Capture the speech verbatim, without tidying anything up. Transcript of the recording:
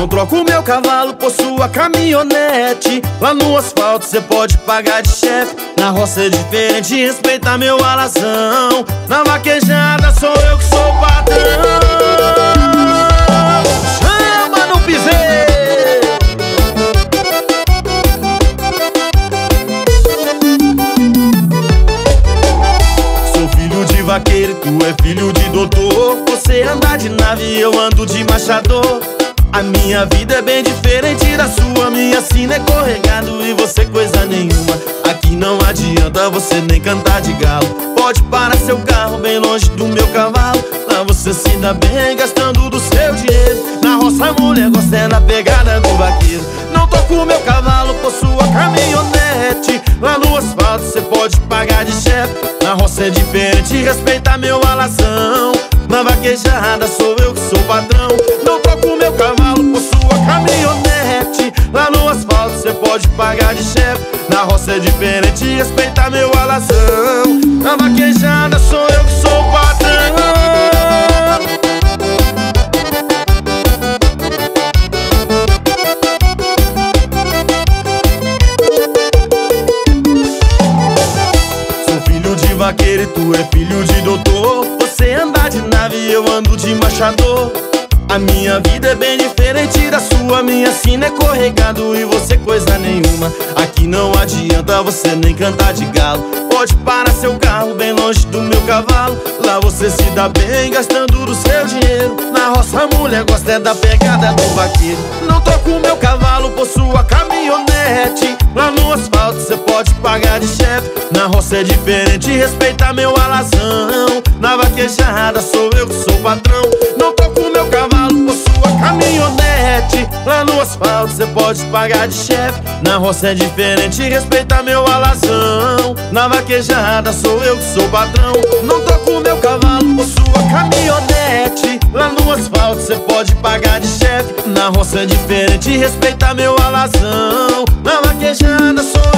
Não troco meu cavalo por sua caminhonete. Lá no asfalto cê pode pagar de chefe. Na roça é diferente, respeita meu alazão. Na vaquejada sou eu que sou o patrão. Chama no piseiro. Sou filho de vaqueiro e tu é filho de doutor. Você anda de nave e eu ando de machador. A minha vida é bem diferente da sua. Minha sina é corregado e você coisa nenhuma. Aqui não adianta você nem cantar de galo. Pode parar seu carro bem longe do meu cavalo. Lá você se dá bem gastando do seu dinheiro. Na roça a mulher gosta é da pegada do vaqueiro. Não toco meu cavalo por sua caminhonete. Lá no asfalto cê pode pagar de chefe. Na roça é diferente, respeita meu alazão. Na vaquejada sou eu que sou patrão. Não troco meu cavalo por sua caminhonete. Lá no asfalto cê pode pagar de chefe. Na roça é diferente, respeita meu alazão. Na vaquejada sou eu que sou patrão. Sou filho de vaqueiro e tu é filho de doutor. Você anda de nave e eu ando de machador. A minha vida é bem diferente da sua. Minha sina é corregado e você coisa nenhuma. Aqui não adianta você nem cantar de galo. Pode parar seu carro bem longe do meu cavalo. Lá você se dá bem gastando do seu dinheiro. Na roça a mulher gosta é da pegada do vaqueiro. Não troco meu cavalo por sua caminhonete. Lá no asfalto cê pode pagar de chefe. Na roça é diferente, respeita meu alazão. Na vaquejada sou eu que sou patrão. Não troco meu cavalo por sua caminhonete. Lá no asfalto cê pode pagar de chefe. Na roça é diferente, respeita meu alazão. Na vaquejada sou eu que sou patrão. Não troco meu cavalo por sua caminhonete. Lá no asfalto cê pode pagar de chefe. Na roça é diferente, respeita meu alazão. Na vaquejada sou